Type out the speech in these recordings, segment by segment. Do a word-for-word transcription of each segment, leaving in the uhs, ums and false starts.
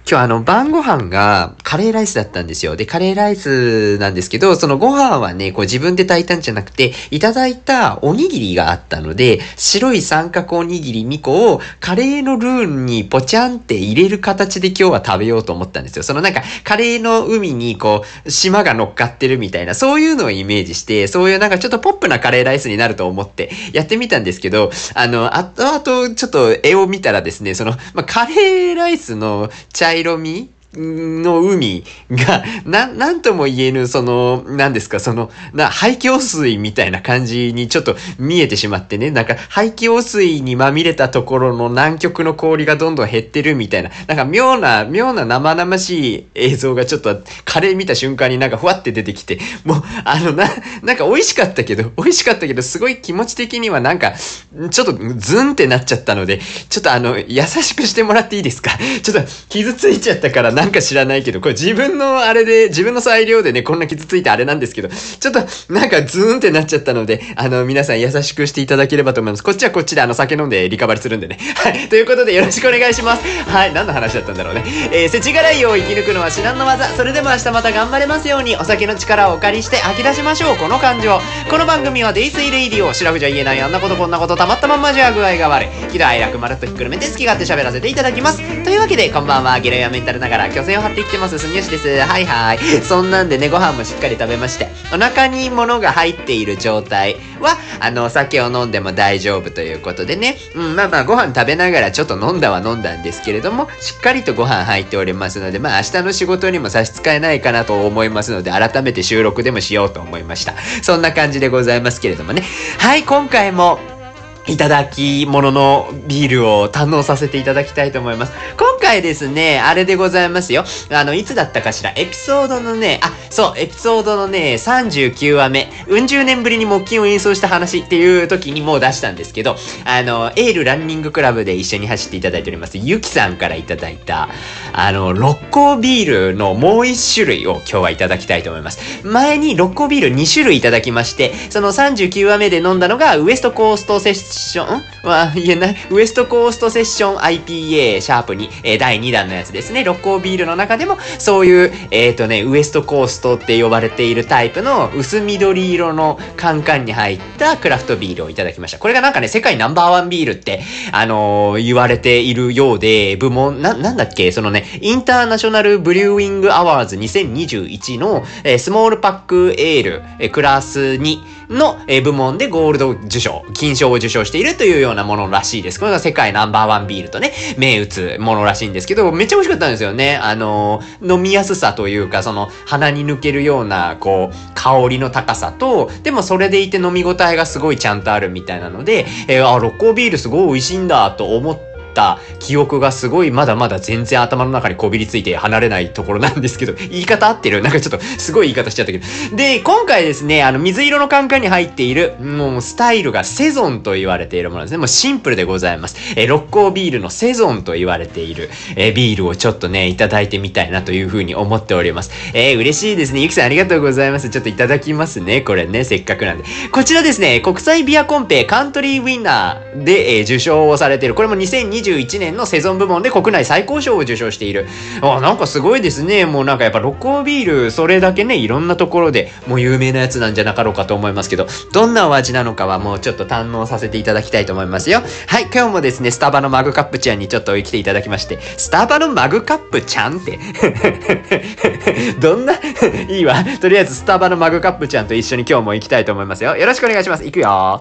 今日あの晩ご飯がカレーライスだったんですよ。で、カレーライスなんですけど、そのご飯はね、こう自分で炊いたんじゃなくて、いただいたおにぎりがあったので、白い三角おにぎりにこをカレーのルーにポチャンって入れる形で今日は食べようと思ったんですよ。そのなんかカレーの海にこう島が乗っかってるみたいな、そういうのをイメージして、そういうなんかちょっとポップなカレーライスになると思ってやってみたんですけど、あの、あとあとちょっと絵を見たらですね、その、まあ、カレーライスの茶色みの海が、な、なんとも言えぬ、その、なんですか、その、な、排気水みたいな感じにちょっと見えてしまってね、なんか排気水にまみれたところの南極の氷がどんどん減ってるみたいな、なんか妙な、妙な生々しい映像がちょっとカレー見た瞬間になんかふわって出てきて、もう、あの、な、なんか美味しかったけど、美味しかったけど、すごい気持ち的にはなんか、ちょっとズンってなっちゃったので、ちょっとあの、優しくしてもらっていいですか？ちょっと傷ついちゃったからなんか知らないけど、これ自分のあれで、自分の裁量でね、こんな傷ついてあれなんですけど、ちょっとなんかズーンってなっちゃったので、あの、皆さん優しくしていただければと思います。こっちはこっちであの、酒飲んでリカバリするんでね。はい。ということでよろしくお願いします。はい。何の話だったんだろうね。えー、世知辛いを生き抜くのは至難の技。それでも明日また頑張れますように、お酒の力をお借りして吐き出しましょう。この感情。この番組はデイスイレイディオ。シラフじゃ言えないあんなことこんなことたまったまんまじゃ具合が悪い。喜怒哀楽まるっとひっくるめて好き勝手喋らせていただきます。というわけで、こんばんは。ゲロやメンタルながら虚勢を張って生きてます。すみよしです。はいはい。そんなんでね、ご飯もしっかり食べまして、お腹に物が入っている状態は、あの、お酒を飲んでも大丈夫ということでね。うん、まあまあ、ご飯食べながらちょっと飲んだは飲んだんですけれども、しっかりとご飯入っておりますので、まあ明日の仕事にも差し支えないかなと思いますので、改めて収録でもしようと思いました。そんな感じでございますけれどもね。はい、今回も、いただき物のビールを堪能させていただきたいと思います。今回ですね、あれでございますよ。あの、いつだったかしら、エピソードのね、あ、そう、エピソードのね、さんじゅうきゅうわめ、うん十年ぶりに木琴を演奏した話っていう時にもう出したんですけど、あの、エールランニングクラブで一緒に走っていただいております、ゆきさんからいただいた、あの、六甲ビールのもう一種類を今日はいただきたいと思います。前に六甲ビールに種類いただきまして、そのさんじゅうきゅうわめで飲んだのが、ウエストコーストセッション、んは言えない。ウエストコーストセッション アイピーエー シャープに、えー、だいにだんのやつですね。六甲ビールの中でも、そういう、えっとね、ウエストコーストって呼ばれているタイプの薄緑色のカンカンに入ったクラフトビールをいただきました。これがなんかね、世界ナンバーワンビールって、あのー、言われているようで、部門、な、なんだっけそのね、インターナショナルブリューイングアワーズにせんにじゅういちの、えー、スモールパックエール、えー、クラスにの、えー、部門でゴールド受賞、金賞を受賞しているというようなものらしいです。これが世界ナンバーワンビールとね、銘打つものらしいんですけど、めっちゃ美味しかったんですよね。あのー、飲みやすさというか、その、鼻に抜けるような、こう、香りの高さと、でもそれでいて飲み応えがすごいちゃんとあるみたいなので、えー、あ、六甲ビールすごい美味しいんだと思って、記憶がすごいまだまだ全然頭の中にこびりついて離れないところなんですけど、言い方合ってる？なんかちょっとすごい言い方しちゃったけど。で、今回ですね、あの水色のカンカンに入っている、もうスタイルがセゾンと言われているものですね。もうシンプルでございます。えー、六甲ビールのセゾンと言われている、えー、ビールをちょっとね、いただいてみたいなというふうに思っております。えー、嬉しいですね。ゆきさんありがとうございます。ちょっといただきますね。これね、せっかくなんで。こちらですね、国際ビアコンペカントリーウィナーで、えー、受賞をされている。これもにせんにじゅういちねんのセゾン部門で国内最高賞を受賞している。あ、なんかすごいですね。もうなんかやっぱ六甲ビール、それだけね、いろんなところでもう有名なやつなんじゃなかろうかと思いますけど、どんなお味なのかはもうちょっと堪能させていただきたいと思いますよ。はい、今日もですね、スタバのマグカップちゃんにちょっと来ていただきまして、スタバのマグカップちゃんってどんないいわ。とりあえずスタバのマグカップちゃんと一緒に今日も行きたいと思いますよ。よろしくお願いします。行くよ。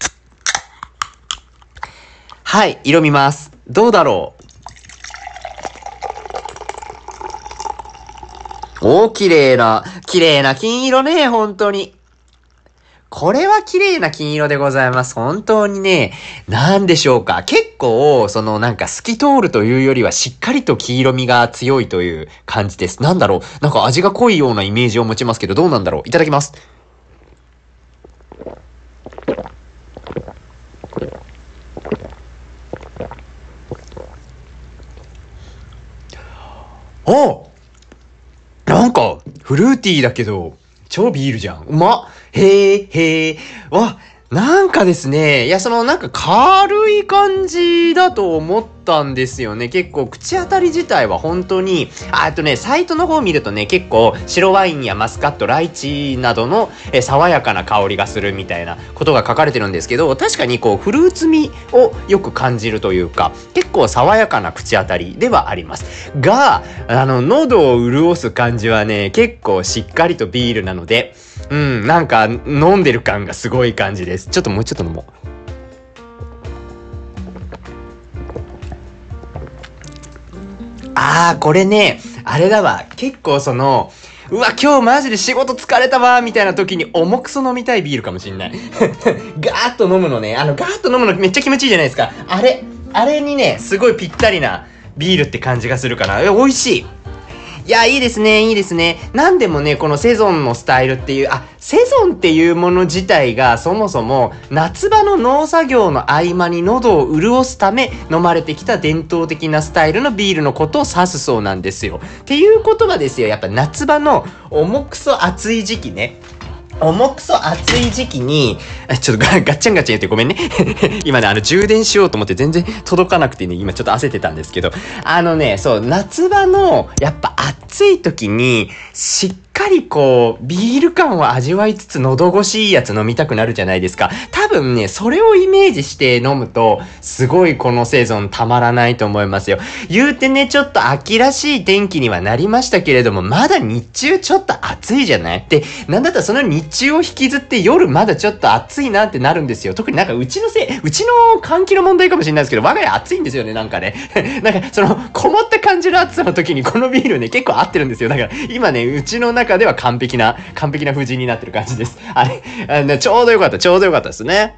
はい、色見ます。どうだろう。おー、綺麗な、綺麗な金色ね、本当に。これは綺麗な金色でございます。本当にね、なんでしょうか。結構、そのなんか透き通るというよりはしっかりと黄色みが強いという感じです。なんだろう。なんか味が濃いようなイメージを持ちますけど、どうなんだろう。いただきます。おなんか、フルーティーだけど、超ビールじゃん。うまっ。へえ、へえ。わ、 なんかですね、いや、そのなんか軽い感じだと思ったんですよね。結構口当たり自体は本当に、あ、あとね、サイトの方を見るとね、結構白ワインやマスカット、ライチなどのえ爽やかな香りがするみたいなことが書かれてるんですけど、確かにこうフルーツ味をよく感じるというか、結構爽やかな口当たりではあります。が、あの、喉を潤す感じはね、結構しっかりとビールなので、うん、なんか飲んでる感がすごい感じです。ちょっともうちょっと飲もう。あー、これね、あれだわ。結構その、うわ、今日マジで仕事疲れたわ、みたいな時に重くそ飲みたいビールかもしんない。ガーッと飲むのね、あの、ガーッと飲むのめっちゃ気持ちいいじゃないですか。あれ、あれにね、すごいぴったりなビールって感じがするかな。え、美味しい。いや、いいですね、いいですね。なんでもね、このセゾンのスタイルっていう、あ、セゾンっていうもの自体がそもそも夏場の農作業の合間に喉を潤すため飲まれてきた伝統的なスタイルのビールのことを指すそうなんですよ。っていうことはですよ、やっぱ夏場の重くそ暑い時期ね。重くそ暑い時期に、ちょっとガガッチャンガッチャン言ってごめんね。今ね、あの、充電しようと思って全然届かなくてね、今ちょっと焦ってたんですけど、あのね、そう、夏場の、やっぱ暑い時に、しっかりこう、ビール感を味わいつつ喉越しいいやつ飲みたくなるじゃないですか。多分ね、それをイメージして飲むと、すごいこのセゾンたまらないと思いますよ。言うてね、ちょっと秋らしい天気にはなりましたけれども、まだ日中ちょっと暑いじゃない？で、なんだったらその日中を引きずって夜まだちょっと暑いなってなるんですよ。特になんかうちのせい、うちの換気の問題かもしれないですけど、我が家暑いんですよね、なんかね。なんかその、こもった感じの暑さの時にこのビールね、結構合ってるんですよ。だから今ね、うちの中では完璧な、完璧な風神になってる感じです。あれ、あのちょうどよかった、ちょうどよかったですね。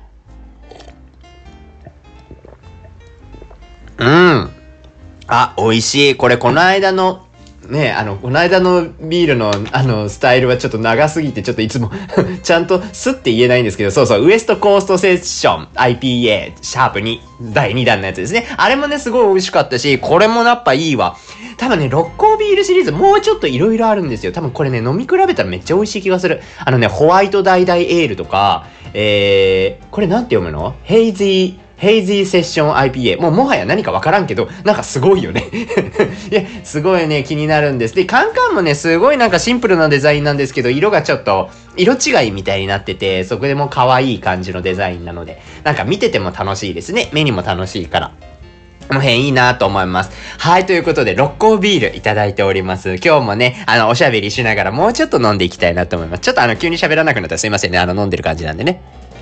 うん。あ、美味しい。これこの間の、ね、あの、この間のビールの、あの、スタイルはちょっと長すぎて、ちょっといつもちゃんとスッて言えないんですけど、そうそう、ウエストコーストセッション アイピーエー シャープにだいにだんのやつですね。あれもね、すごい美味しかったし、これもやっぱいいわ。多分ね、六甲ビールシリーズもうちょっと色々あるんですよ。多分これね、飲み比べたらめっちゃ美味しい気がする。あのね、ホワイトダイダイエールとか、えー、これなんて読むの？ヘイジー、ヘイジーセッション アイピーエー。もうもはや何かわからんけど、なんかすごいよね。いや、すごいね、気になるんです。で、カンカンもね、すごいなんかシンプルなデザインなんですけど、色がちょっと、色違いみたいになってて、そこでも可愛い感じのデザインなので、なんか見てても楽しいですね。目にも楽しいから。この辺いいなと思います。はい、ということで、六甲ビールいただいております。今日もね、あの、おしゃべりしながらもうちょっと飲んでいきたいなと思います。ちょっとあの、急に喋らなくなったらすいませんね。あの、飲んでる感じなんでね。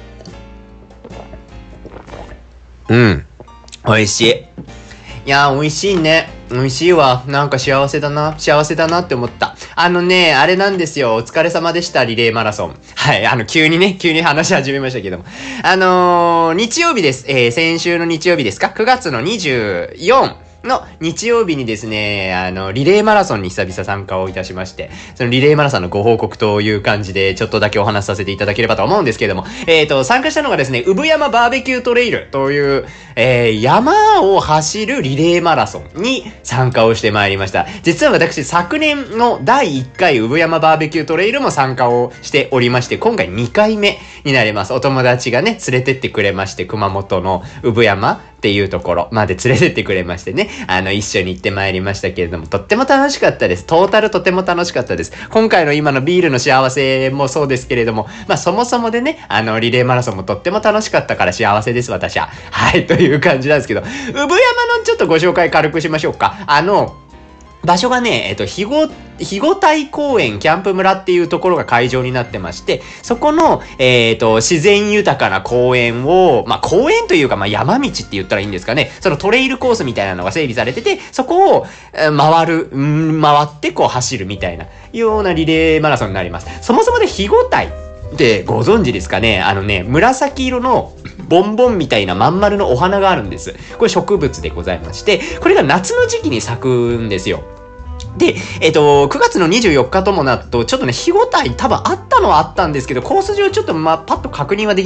うん。美味しい。いやー、美味しいね。美味しいわ。なんか幸せだな。幸せだなって思った。あのね、あれなんですよ。お疲れ様でした。リレーマラソン。はい。あの、急にね、急に話し始めましたけども。あのー、日曜日です。えー、先週の日曜日ですか？ く 月のにじゅうよっかの日曜日にですね、あの、リレーマラソンに久々参加をいたしまして、そのリレーマラソンのご報告という感じで、ちょっとだけお話しさせていただければと思うんですけれども、えっと、参加したのがですね、産山バーベキュートレイルという、えー、山を走るリレーマラソンに参加をしてまいりました。実は私、昨年のだいいっかい産山バーベキュートレイルも参加をしておりまして、今回にかいめになります。お友達がね、連れてってくれまして、熊本の産山っていうところまで連れてってくれましてね、あの、一緒に行ってまいりましたけれども、とっても楽しかったです。トータルとても楽しかったです。今回の今のビールの幸せもそうですけれども、まあ、そもそもでね、あの、リレーマラソンもとっても楽しかったから幸せです、私は。はい、という感じなんですけど、産山のちょっとご紹介軽くしましょうか。あの、場所がね、えっと、肥後、肥後台公園キャンプ村っていうところが会場になってまして、そこの、えっと、自然豊かな公園を、まあ、公園というか、まあ、山道って言ったらいいんですかね。そのトレイルコースみたいなのが整備されてて、そこを、えー回る、ん回ってこう走るみたいな、ようなリレーマラソンになります。そもそもで肥後台ってご存知ですかね？あのね、紫色のボンボンみたいなまん丸のお花があるんです。これ植物でございまして、これが夏の時期に咲くんですよ。で、えっと、くがつのにじゅうよっかともなると、ちょっとね、日ごたえ多分あったのはあったんですけど、コース上ちょっとまあ、パッと確認はできなか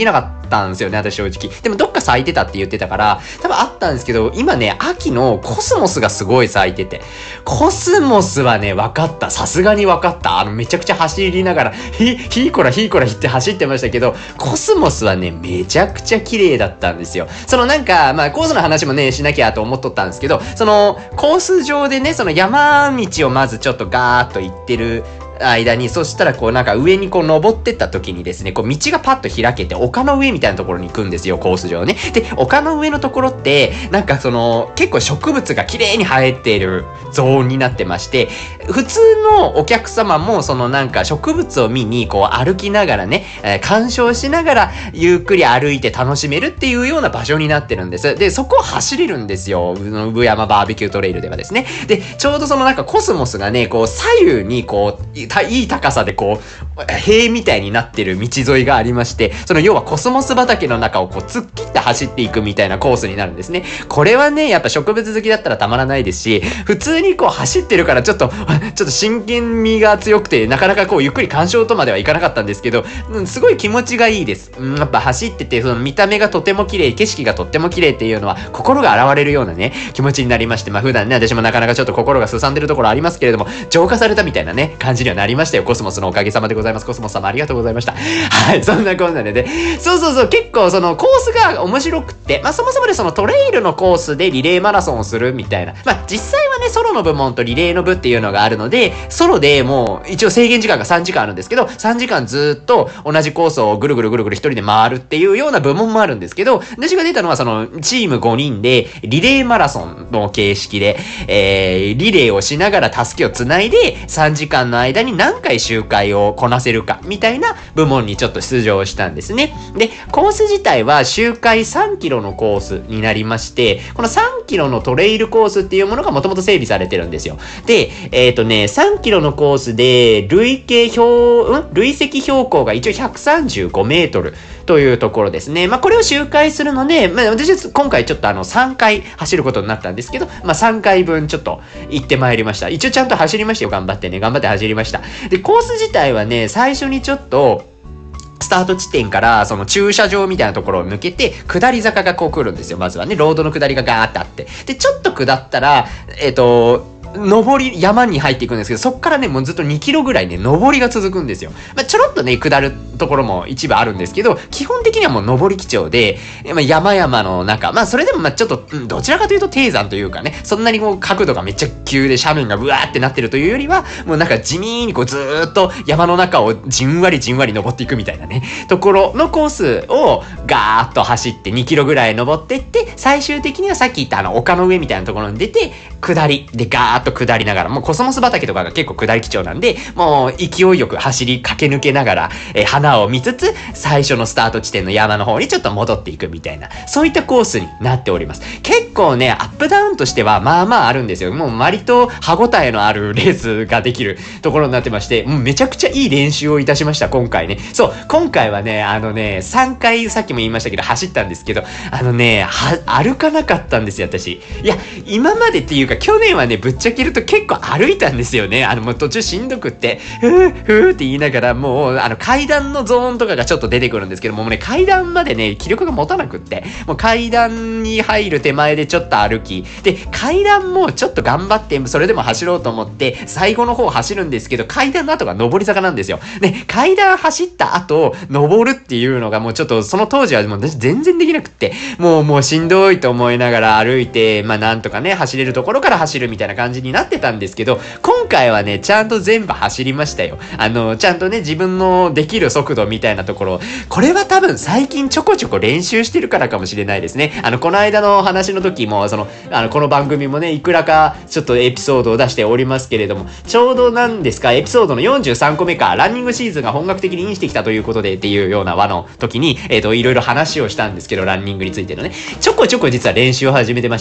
ったんですよね、私正直。でもどっか咲いてたって言ってたから、多分あったんですけど、今ね、秋のコスモスがすごい咲いてて。コスモスはね、分かった。さすがに分かった。あの、めちゃくちゃ走りながら、ひ、ひーこらひーこらひって走ってましたけど、コスモスはね、めちゃくちゃ綺麗だったんですよ。そのなんか、まあ、コースの話もね、しなきゃと思っとったんですけど、その、コース上でね、その山道をまずちょっとガーッと行ってる、間に、そしたらこうなんか上にこう登ってった時にですね、こう道がパッと開けて丘の上みたいなところに行くんですよ、コース上ね。で、丘の上のところって、なんかその結構植物が綺麗に生えているゾーンになってまして、普通のお客様もそのなんか植物を見にこう歩きながらね、えー、鑑賞しながらゆっくり歩いて楽しめるっていうような場所になってるんです。で、そこを走れるんですよ、産山バーベキュートレイルではですね。で、ちょうどそのなんかコスモスがね、こう左右にこう、いい高さでこう、塀みたいになってる道沿いがありまして、その要はコスモス畑の中をこう突っ切って走っていくみたいなコースになるんですね。これはね、やっぱ植物好きだったらたまらないですし、普通にこう走ってるからちょっと、ちょっと真剣味が強くて、なかなかこうゆっくり鑑賞とまではいかなかったんですけど、うん、すごい気持ちがいいです。うん、やっぱ走ってて、その見た目がとても綺麗、景色がとっても綺麗っていうのは、心が洗われるようなね、気持ちになりまして、まあ普段ね、私もなかなかちょっと心がすさんでるところありますけれども、浄化されたみたいなね、感じにはなりましたよ。コスモスのおかげさまでございます。コスモス様ありがとうございました。はい、そんなこんなでね。そうそうそう、結構そのコースが面白くって、まあそもそもでそのトレイルのコースでリレーマラソンをするみたいな。まあ実際はね、ソロの部門とリレーの部っていうのがあるので、ソロでもう一応制限時間がさんじかんあるんですけど、さんじかんずっと同じコースをぐるぐるぐるぐる一人で回るっていうような部門もあるんですけど、私が出たのはそのチームごにんでリレーマラソンの形式で、えー、リレーをしながらタスキをつないでさんじかんの間に何回周回をこなせるかみたいな部門にちょっと出場したんですね。で、コース自体は周回さんキロのコースになりまして、このさんキロのトレイルコースっていうものがもともと整備されてるんですよ。で、えっとね、さんキロのコースで累計標、ん累積標高が一応ひゃくさんじゅうごメートルというところですね。まあこれを周回するので、まあ私は今回ちょっとあのさんかい走ることになったんですけど、まあさんかいぶんちょっと行ってまいりました。一応ちゃんと走りましたよ。頑張ってね。頑張って走りました。で、コース自体はね、最初にちょっと、スタート地点からその駐車場みたいなところを抜けて下り坂がこう来るんですよ。まずはね、ロードの下りがガーってあって。で、ちょっと下ったら、えっと、登り、山に入っていくんですけど、そっからね、もうずっとにキロぐらいね、登りが続くんですよ。まあ、ちょろっとね、下るところも一部あるんですけど、基本的にはもう登り基調で、まあ、山々の中、まあ、それでもまあ、ちょっと、うん、どちらかというと低山というかね、そんなにこう、角度がめっちゃ急で斜面がブワーってなってるというよりは、もうなんか地味にこう、ずーっと山の中をじんわりじんわり登っていくみたいなね、ところのコースをガーッと走ってにキロぐらい登っていって、最終的にはさっき言ったあの、丘の上みたいなところに出て、下りでガーッと下りながら、もうコスモス畑とかが結構下り基調なんで、もう勢いよく走り駆け抜けながら、えー、花を見つつ、最初のスタート地点の山の方にちょっと戻っていくみたいな、そういったコースになっております。結構ね、アップダウンとしてはまあまああるんですよ。もう割と歯応えのあるレースができるところになってまして、もうめちゃくちゃいい練習をいたしました、今回ね。そう、今回はね、あのね、さんかいさっきも言いましたけど、走ったんですけど、あのね、は、歩かなかったんですよ、私。いや、今までっていうか、去年はね、ぶっちゃけると結構歩いたんですよね。あの、もう途中しんどくって、ふー、ふーって言いながら、もう、あの、階段のゾーンとかがちょっと出てくるんですけども、もうね、階段までね、気力が持たなくって、もう階段に入る手前でちょっと歩き、で、階段もちょっと頑張って、それでも走ろうと思って、最後の方走るんですけど、階段の後が上り坂なんですよ。で、階段走った後、登るっていうのがもうちょっと、その当時はもう私全然できなくって、もうもうしんどいと思いながら歩いて、まあなんとかね、走れるところから走るみたいな感じになってたんですけど、今回はね、ちゃんと全部走りましたよ。あの、ちゃんとね、自分のできる速度みたいなところ、これは多分最近ちょこちょこ練習してるからかもしれないですね。あの、この間の話の時も、その、あの、この番組もね、いくらかちょっとエピソードを出しておりますけれども、ちょうどなんですか、エピソードのよんじゅうさんこめか、ランニングシーズンが本格的にインしてきたということでっていうような輪の時に、えっと、いろいろ話をしたんですけど、ランニングについてのね、ちょこちょこ実は練習を始めてまして、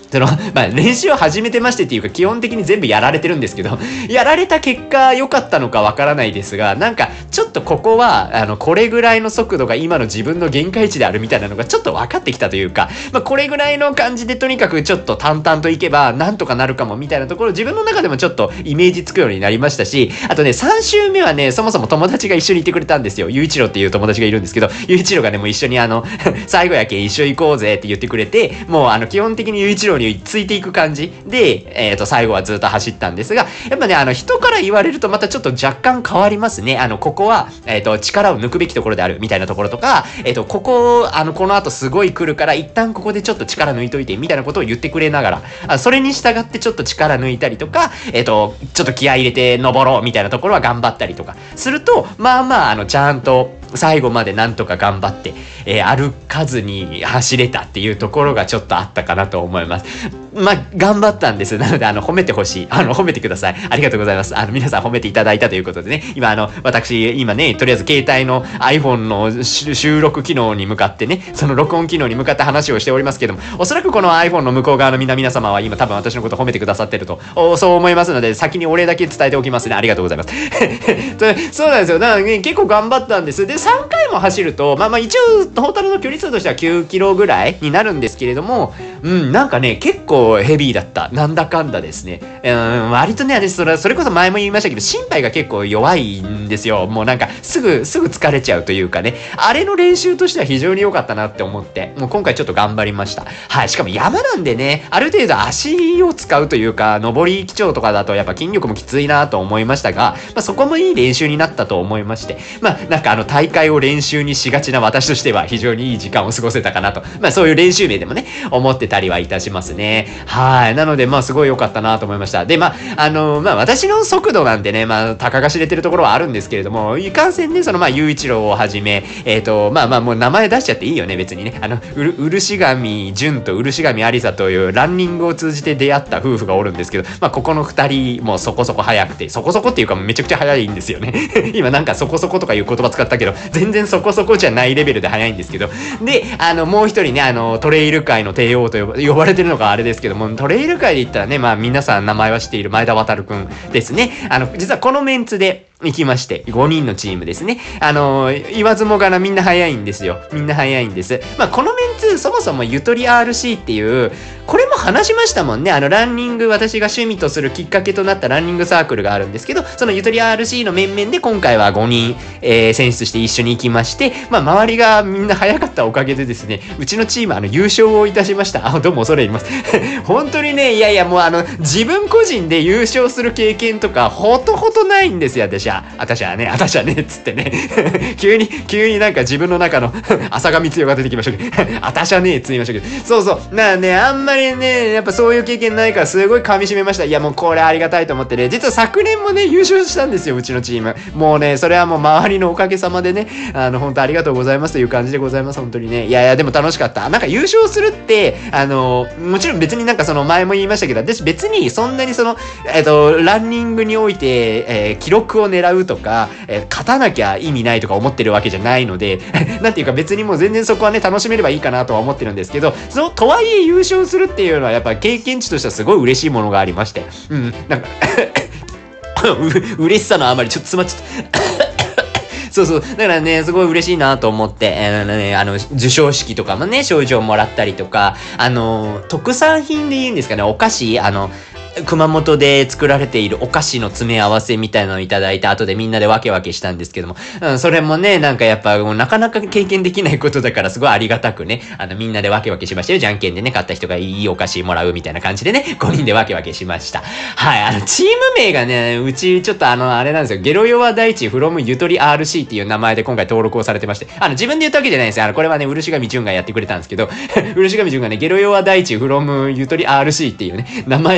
その、まあ、練習を始めてましてっていうか、基本的に全部やられてるんですけど、やられた結果良かったのかわからないですが、なんか、ちょっとここは、あの、これぐらいの速度が今の自分の限界値であるみたいなのがちょっと分かってきたというか、まあ、これぐらいの感じでとにかくちょっと淡々といけば、なんとかなるかもみたいなところ、自分の中でもちょっとイメージつくようになりましたし、あとね、さん週目はね、そもそも友達が一緒にいてくれたんですよ。ゆういちろうっていう友達がいるんですけど、ゆういちろうがね、もう一緒にあの、最後やけん一緒行こうぜって言ってくれて、もうあの、基本的にゆういちろうについていく感じで、えっと、最後はずっと走ったんですが、やっぱね、あの、人から言われるとまたちょっと若干変わりますね。あの、ここは、えっと、力を抜くべきところであるみたいなところとか、えっと、ここ、あの、この後すごい来るから、一旦ここでちょっと力抜いといて、みたいなことを言ってくれながら、あ、それに従ってちょっと力抜いたりとか、えっと、ちょっと気合い入れて登ろうみたいなところは頑張ったりとか、すると、まあまあ、あの、ちゃんと、最後までなんとか頑張って、えー、歩かずに走れたっていうところがちょっとあったかなと思います。まあ、頑張ったんです。なので、あの、褒めてほしい。あの、褒めてください。ありがとうございます。あの、皆さん褒めていただいたということでね、今、あの、私、今ね、とりあえず携帯の iPhone の収録機能に向かってね、その録音機能に向かって話をしておりますけども、おそらくこの iPhone の向こう側の皆々様は今多分私のこと褒めてくださってると、そう思いますので、先にお礼だけ伝えておきますね。ありがとうございます。そうなんですよ。だからね、結構頑張ったんです。で、さんかいも走ると、まあまあ一応、トータルの距離数としてはきゅうキロぐらいになるんですけれども、うん、なんかね、結構ヘビーだった。なんだかんだですね。うん、割とね、私、それ、それこそ前も言いましたけど、心肺が結構弱いんですよ。もうなんか、すぐ、すぐ疲れちゃうというかね。あれの練習としては非常に良かったなって思って、もう今回ちょっと頑張りました。はい。しかも山なんでね、ある程度足を使うというか、上り基調とかだとやっぱ筋力もきついなと思いましたが、まあそこもいい練習になったと思いまして、まあなんかあの大会を練習にしがちな私としては非常にいい時間を過ごせたかなと、まあそういう練習名でもね、思ってたりはいたしますね。はい。なのでまあすごい良かったなと思いました。で、まあ、あの、まあ私の速度なんてね、まあ、たかが知れてるところはあるんですけれども、いかんせんね、そのまあ、ゆういちろうをはじめ、えっと、まあまあもう名前出しちゃっていいよね、別にね。あの、うる、漆神純と漆神ありさというランニングを通じて出会った夫婦がおるんですけど、まあここの二人もそこそこ速くて、そこそこっていうかめちゃくちゃ速いんですよね。今なんかそこそことかいう言葉使ったけど、全然そこそこじゃないレベルで速いんですけど、で、あの、もう一人ね、あの、トレイル界の帝王と呼ば呼ばれてるのがあれですけども、トレイル界で言ったらね、まあ皆さん名前は知っている前田航くんですね。あの、実はこのメンツで行きまして、ごにんのチームですね。あの、言わずもがなみんな速いんですよ。みんな速いんです。まあこのメンツ、そもそもゆとり アールシー っていう、これも話しましたもんね。あの、ランニング、私が趣味とするきっかけとなったランニングサークルがあるんですけど、そのゆとり アールシー の面々で今回はごにん、えー、選出して一緒に行きまして、まあ、周りがみんな早かったおかげでですね、うちのチーム、あの、優勝をいたしました。あ、どうも恐れ入ります。本当にね、いやいや、もうあの、自分個人で優勝する経験とか、ほとほとないんですよ、私は。私はね、私はね、つってね。急に、急になんか自分の中の浅香光代が出てきましたけど、私はね、つ言いましたけど、そうそう。なね、あんまりね、やっぱそういう経験ないからすごい噛み締めました。いやもうこれありがたいと思ってね、実は昨年もね、優勝したんですよ、うちのチーム。もうね、それはもう周りのおかげさまでね、あの、本当ありがとうございますという感じでございます、本当にね。いやいや、でも楽しかった。なんか優勝するって、あの、もちろん別になんかその前も言いましたけど、私別にそんなにその、えっと、ランニングにおいて、えー、記録を狙うとか、えー、勝たなきゃ意味ないとか思ってるわけじゃないので、なんていうか別にもう全然そこはね、楽しめればいいかなとは思ってるんですけど、その、とはいえ優勝するっていうのはやっぱ経験値としてはすごい嬉しいものがありまして、うん、なんかう嬉しさのあまりちょっと詰まっちゃったそうそう。だからね、すごい嬉しいなと思って、えーね、あの、授賞式とかもね、賞状もらったりとか、あの、特産品で言うんですかね、お菓子、あの、熊本で作られているお菓子の詰め合わせみたいなのをいただいて、後でみんなでわけわけしたんですけども、うん、それもね、なんかやっぱ、なかなか経験できないことだから、すごいありがたくね、あの、みんなでわけわけしましたよ。じゃんけんでね、買った人がいいお菓子もらうみたいな感じでね、ごにんでわけわけしました。はい、あの、チーム名がね、うち、ちょっとあの、あれなんですよ、ゲロ弱大地 from ゆとり アールシー っていう名前で今回登録をされてまして、あの、自分で言ったわけじゃないんですよ。あの、これはね、漆神純がやってくれたんですけど、漆神純がね、ゲロ弱大地 from ゆとり アールシー っていうね、名前で登録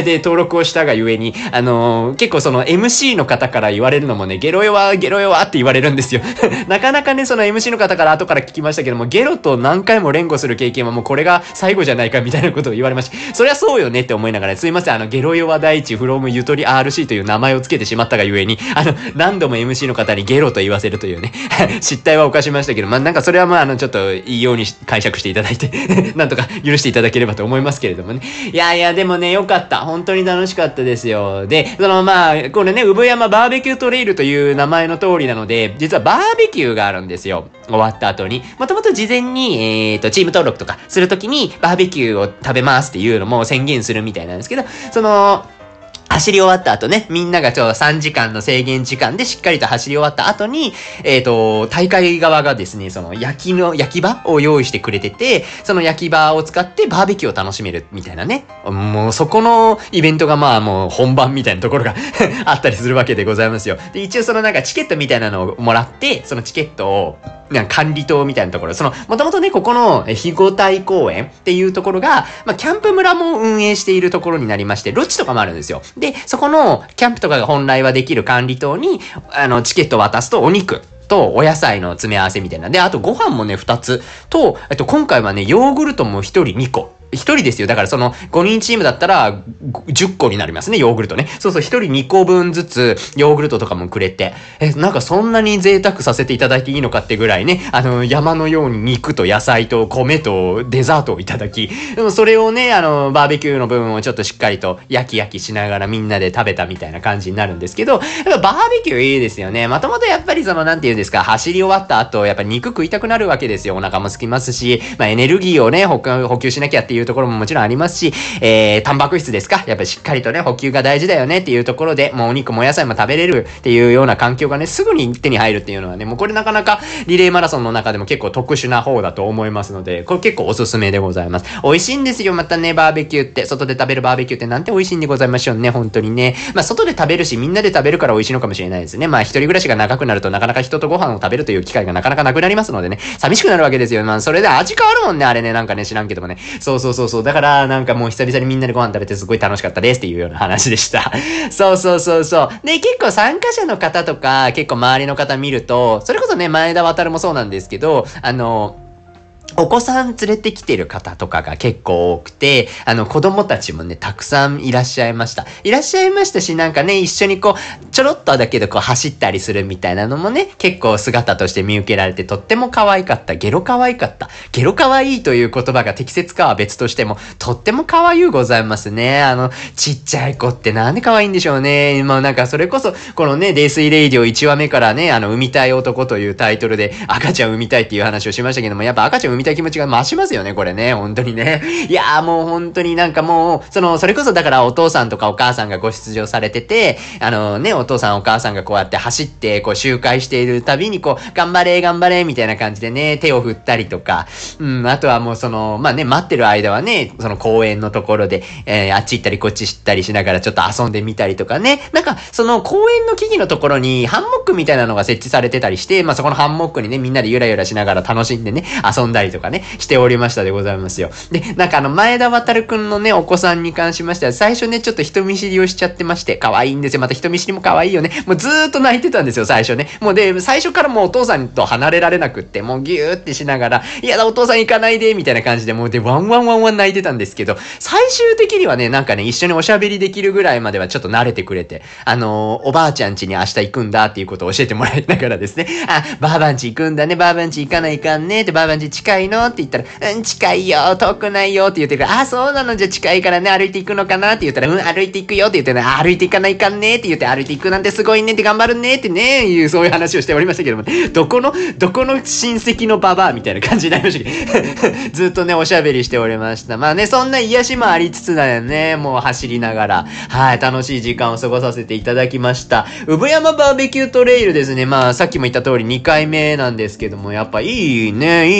録をしたがゆえに、あのー、結構その エムシー の方から言われるのもね、ゲロ弱、ゲロ弱って言われるんですよ。なかなかね、その エムシー の方から後から聞きましたけども、ゲロと何回も連呼する経験はもうこれが最後じゃないかみたいなことを言われました。そりゃそうよねって思いながら、すいません、あの、ゲロ弱第一 from ゆとり アールシー という名前をつけてしまったがゆえに、あの、何度も エムシー の方にゲロと言わせるというね、失態は犯しましたけど、まあ、なんかそれはまあ、あの、ちょっといいように解釈していただいて、なんとか許していただければと思いますけれどもね。いやいや、でもね、よかった。本当に楽しかったですよ。で、そのまあ、これね、産山バーベキュートレイルという名前の通りなので、実はバーベキューがあるんですよ。終わった後に。もともと事前に、えっと、チーム登録とかするときに、バーベキューを食べますっていうのも宣言するみたいなんですけど、その、走り終わった後ね、みんながちょうどさんじかんの制限時間でしっかりと走り終わった後に、えっと、大会側がですね、その焼きの、焼き場を用意してくれてて、その焼き場を使ってバーベキューを楽しめるみたいなね。もうそこのイベントがまあもう本番みたいなところがあったりするわけでございますよ。で、一応そのなんかチケットみたいなのをもらって、そのチケットを、なんか管理棟みたいなところ、その、もともとね、ここの肥後大公園っていうところが、まあ、キャンプ村も運営しているところになりまして、ロッジとかもあるんですよ。で、そこの、キャンプとかが本来はできる管理棟に、あの、チケットを渡すとお肉とお野菜の詰め合わせみたいな。で、あとご飯もね、ふたつと、えっと、今回はね、ヨーグルトもひとりにこ。一人ですよ。だからそのごにんチームだったらじゅっこになりますね、ヨーグルトね。そうそう、一人にこぶんずつヨーグルトとかもくれて、え、なんかそんなに贅沢させていただいていいのかってぐらいね、あの、山のように肉と野菜と米とデザートをいただき、でもそれをね、あの、バーベキューの部分をちょっとしっかりと焼き焼きしながらみんなで食べたみたいな感じになるんですけど、やっぱバーベキューいいですよね。まともとやっぱりその、なんて言うんですか、走り終わった後、やっぱ肉食いたくなるわけですよ。お腹も空きますし、まあエネルギーをね、補給しなきゃっていういうところももちろんありますし、えー、タンパク質ですか、やっぱりしっかりとね、補給が大事だよねっていうところで、もうお肉もお野菜も食べれるっていうような環境がね、すぐに手に入るっていうのはね、もうこれなかなかリレーマラソンの中でも結構特殊な方だと思いますので、これ結構おすすめでございます。美味しいんですよ、またね、バーベキューって。外で食べるバーベキューってなんて美味しいんでございましょうね、本当にね。まあ、外で食べるし、みんなで食べるから美味しいのかもしれないですね。まあ、一人暮らしが長くなるとなかなか人とご飯を食べるという機会がなかなかなくなりますのでね、寂しくなるわけですよ。まあ、それで味変わるもんね、あれね、なんかね、知らんけどもね。そうそうそうそう。だから、なんかもう久々にみんなでご飯食べてすごい楽しかったですっていうような話でした。そうそうそうそう。で、結構参加者の方とか、結構周りの方見ると、それこそね、前田渡もそうなんですけど、あの、お子さん連れてきてる方とかが結構多くて、あの子供たちもね、たくさんいらっしゃいました。いらっしゃいましたし、なんかね、一緒にこう、ちょろっとだけどこう走ったりするみたいなのもね、結構姿として見受けられてとっても可愛かった。ゲロ可愛かった。ゲロ可愛いという言葉が適切かは別としても、とっても可愛いございますね。あの、ちっちゃい子ってなんで可愛いんでしょうね。まあなんかそれこそ、このね、泥酔レイディオいちわめからね、あの、産みたい男というタイトルで赤ちゃん産みたいっていう話をしましたけども、やっぱ赤ちゃん産みたい気持ちが増しますよね、これね。本当にね。いやーもう本当になんかもう、その、それこそだからお父さんとかお母さんがご出場されてて、あのね、お父さんお母さんがこうやって走って、こう周回しているたびにこう、頑張れ頑張れみたいな感じでね、手を振ったりとか、うん、あとはもうその、まあね、待ってる間はね、その公園のところで、えー、あっち行ったりこっち行ったりしながらちょっと遊んでみたりとかね、なんか、その公園の木々のところにハンモックみたいなのが設置されてたりして、まあそこのハンモックにね、みんなでゆらゆらしながら楽しんでね、遊んだりとかね、しておりましたでございますよ。で、なんかあの、前田渡くんのね、お子さんに関しましては、最初ね、ちょっと人見知りをしちゃってまして、可愛いんですよ。また人見知りも可愛いよね。もうずーっと泣いてたんですよ、最初ね。もうで、最初からもうお父さんと離れられなくって、もうギューってしながら、いやだ、お父さん行かないで、みたいな感じで、もうで、ワンワンワンワン泣いてたんですけど、最終的にはね、なんかね、一緒におしゃべりできるぐらいまではちょっと慣れてくれて、あのー、おばあちゃん家に明日行くんだっていうことを教えてもらいながらですね、あ、ばあばん家行くんだね、ばあばん家行かないかんね、って、ばあばん家近いのって言ったら、うん、近いよ、遠くないよって言ってるから、あ、そうなの、じゃ近いからね、歩いていくのかなって言ったら、うん、歩いていくよって言ってね、歩いていかないかんねって言って、歩いていくなんてすごいねって頑張るねってね、いう、そういう話をしておりましたけども、どこの、どこの親戚のババアみたいな感じになりましたけど、ずっとね、おしゃべりしておりました。まあね、そんな癒しもありつつだよね、もう走りながら、はい、楽しい時間を過ごさせていただきました。産山バーベキュートレイルですね、まあ、さっきも言った通りにかいめなんですけども、やっぱいいね、いいなと思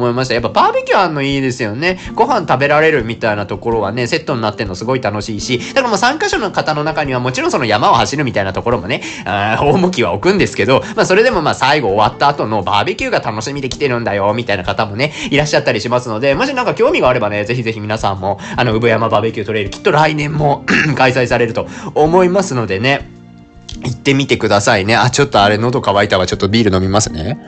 思いました。やっぱバーベキューあんのいいですよね。ご飯食べられるみたいなところはね、セットになってんのすごい楽しいし、だからもう参加者の方の中にはもちろんその山を走るみたいなところもね、あ重きは置くんですけど、まあそれでもまあ最後終わった後のバーベキューが楽しみで来てるんだよ、みたいな方もね、いらっしゃったりしますので、もしなんか興味があればね、ぜひぜひ皆さんも、あの、産山バーベキュートレイル、きっと来年も開催されると思いますのでね、行ってみてくださいね。あ、ちょっとあれ喉乾いたわ。ちょっとビール飲みますね。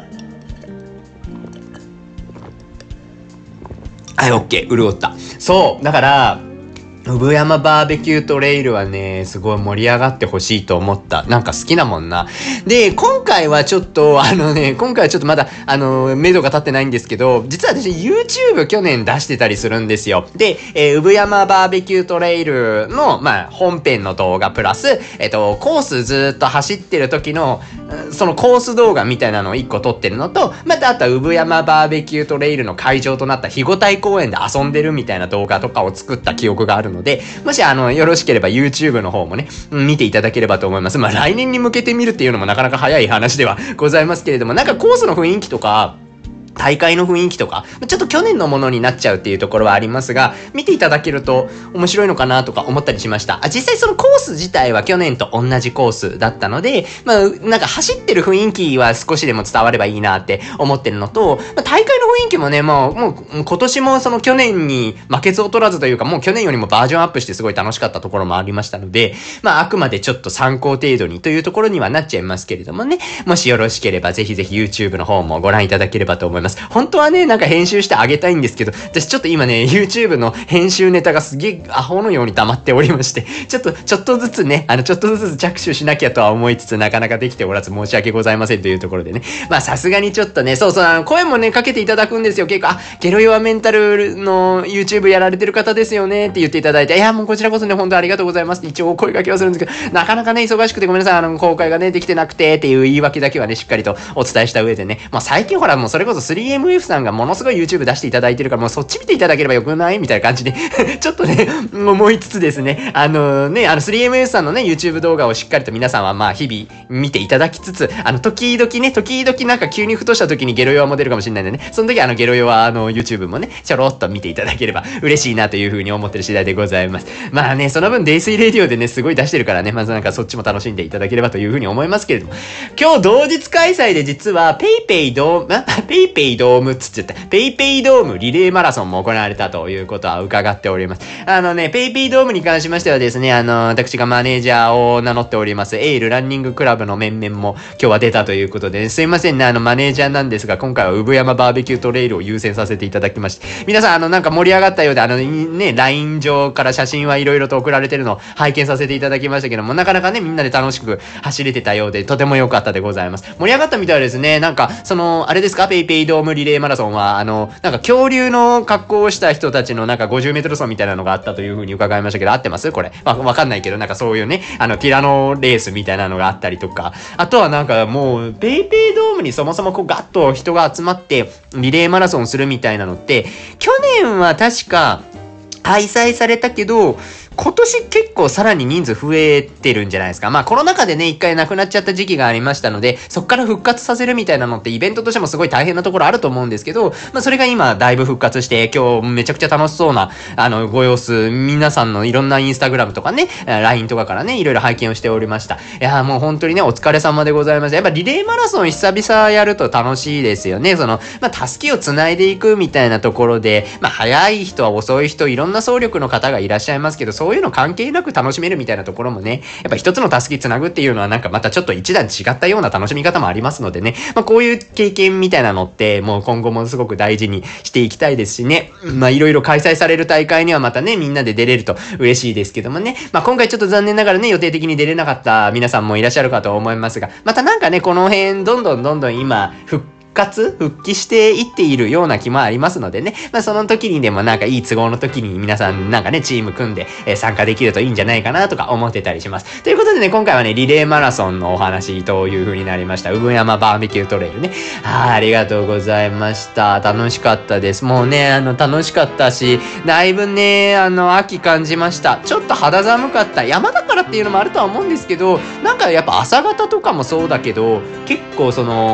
はい、オッケー。潤った。そう。だから、産山バーベキュートレイルはね、すごい盛り上がってほしいと思った。なんか好きなもんな。で、今回はちょっと、あのね、今回はちょっとまだ、あの、目処が立ってないんですけど、実は私 YouTube 去年出してたりするんですよ。で、えー、産山バーベキュートレイルの、まあ、本編の動画プラス、えっと、コースずーっと走ってる時の、そのコース動画みたいなのをいっこ撮ってるのと、またあとは産山バーベキュートレイルの会場となった肥後台公園で遊んでるみたいな動画とかを作った記憶があるので、もしあの、よろしければ YouTube の方もね、見ていただければと思います。まあ来年に向けて見るっていうのもなかなか早い話ではございますけれども、なんかコースの雰囲気とか、大会の雰囲気とか、ちょっと去年のものになっちゃうっていうところはありますが、見ていただけると面白いのかなとか思ったりしました。あ、実際そのコース自体は去年と同じコースだったので、まあ、なんか走ってる雰囲気は少しでも伝わればいいなって思ってるのと、まあ、大会の雰囲気もね、もう、もう今年もその去年に負けず劣らずというか、もう去年よりもバージョンアップしてすごい楽しかったところもありましたので、まあ、あくまでちょっと参考程度にというところにはなっちゃいますけれどもね、もしよろしければぜひぜひ YouTube の方もご覧いただければと思います。本当はね、なんか編集してあげたいんですけど、私ちょっと今ね、YouTube の編集ネタがすげえアホのように溜まっておりまして、ちょっと、ちょっとずつね、あの、ちょっとずつ着手しなきゃとは思いつつ、なかなかできておらず申し訳ございませんというところでね。まあ、さすがにちょっとね、そうそう、あの、声もね、かけていただくんですよ。結構、あ、ゲロ弱メンタルの YouTube やられてる方ですよねって言っていただいて、いや、もうこちらこそね、本当ありがとうございますって一応お声掛けはするんですけど、なかなかね、忙しくてごめんなさい、あの、公開がね、できてなくてっていう言い訳だけはね、しっかりとお伝えした上でね、まあ、最近ほら、もうそれこそ スリーエムエフ さんがものすごい YouTube 出していただいてるから、もうそっち見ていただければよくないみたいな感じでちょっとね、思いつつですね、あのね、あの スリーエムエフ さんのね、YouTube 動画をしっかりと皆さんはまあ日々見ていただきつつ、あの、時々ね、時々なんか急にふとした時にゲロ弱も出るかもしれないんでね、その時あのゲロ弱あの YouTube もね、ちょろっと見ていただければ嬉しいなというふうに思ってる次第でございます。まあね、その分、デイスイレディオでね、すごい出してるからね、まずなんかそっちも楽しんでいただければというふうに思いますけれども、今日同日開催で実は、ペイペイドーム、ペイペイドームっつっちゃった、ペイペイドームリレーマラソンも行われたということは伺っております。あのね、ペイペイドームに関しましてはですね、あの、私がマネージャーを名乗っております、エイルランニングクラブの面々も今日は出たということで、ね、すいませんね、あの、マネージャーなんですが、今回は産山バーベキュートレイルを優先させていただきまして、皆さん、あの、なんか盛り上がったようで、あの、ね、ライン 上から写真はいろいろと送られてるのを拝見させていただきましたけども、なかなかね、みんなで楽しく走れてたようで、とても良かったでございます。盛り上がったみたいですね、なんか、その、あれですか、ペイペイドームリレーマラソンは、あの、なんか恐竜の格好をした人たちのなんかごじゅうメートル走みたいなのがあったという風に伺いましたけど、合ってますこれ。わ、わかんないけど、なんかそういうね、あの、ティラノレースみたいなのがあったりとか、あとはなんかもう、ペイペイドームにそもそもこうガッと人が集まって、リレーマラソンするみたいなのって、去年は確か、開催されたけど、今年結構さらに人数増えてるんじゃないですか。まあコロナ禍でね、一回なくなっちゃった時期がありましたので、そっから復活させるみたいなのってイベントとしてもすごい大変なところあると思うんですけど、まあそれが今だいぶ復活して、今日めちゃくちゃ楽しそうな、あの、ご様子、皆さんのいろんなインスタグラムとかね、ライン とかからね、いろいろ拝見をしておりました。いやーもう本当にね、お疲れ様でございます。やっぱリレーマラソン久々やると楽しいですよね。その、まあたすきを繋いでいくみたいなところで、まあ早い人は遅い人、いろんな走力の方がいらっしゃいますけど、そういうの関係なく楽しめるみたいなところもね、やっぱ一つのたすきつなぐっていうのはなんかまたちょっと一段違ったような楽しみ方もありますのでね、まあこういう経験みたいなのってもう今後もすごく大事にしていきたいですしね、まあいろいろ開催される大会にはまたね、みんなで出れると嬉しいですけどもね、まあ今回ちょっと残念ながらね、予定的に出れなかった皆さんもいらっしゃるかと思いますが、またなんかね、この辺どんどんどんどん今復復活復帰していっているような気もありますのでね。まあその時にでもなんかいい都合の時に皆さんなんかね、チーム組んで、えー、参加できるといいんじゃないかなとか思ってたりします。ということでね、今回はね、リレーマラソンのお話という風になりました。産山バーベキュートレイルね。あ, ありがとうございました。楽しかったです。もうね、あの、楽しかったし、だいぶね、あの、秋感じました。ちょっと肌寒かった。山だからっていうのもあるとは思うんですけど、なんかやっぱ朝方とかもそうだけど、結構その、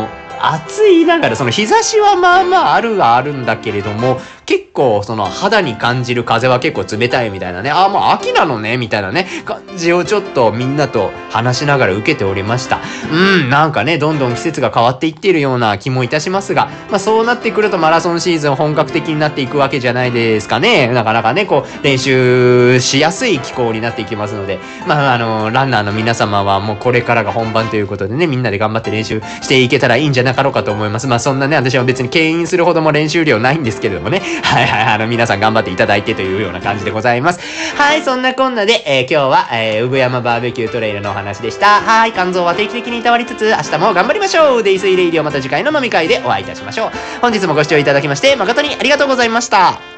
暑いながら、その日差しはまあまああるはあるんだけれども、結構その肌に感じる風は結構冷たいみたいなね、ああもう秋なのねみたいなね、感じをちょっとみんなと話しながら受けておりました。うん、なんかね、どんどん季節が変わっていっているような気もいたしますが、まあそうなってくるとマラソンシーズン本格的になっていくわけじゃないですかね。なかなかね、こう練習しやすい気候になっていきますので、まああの、ランナーの皆様はもうこれからが本番ということでね、みんなで頑張って練習していけたらいいんじゃなかろうかと思います。まあそんなね、私は別に牽引するほども練習量ないんですけれどもね。はいはい、あの皆さん頑張っていただいてというような感じでございます。はい、そんなこんなで、えー、今日は、えー、産山バーベキュートレイルのお話でした。はい、肝臓は定期的にいたわりつつ、明日も頑張りましょう。デイスイレイディオ、また次回の飲み会でお会いいたしましょう。本日もご視聴いただきまして誠にありがとうございました。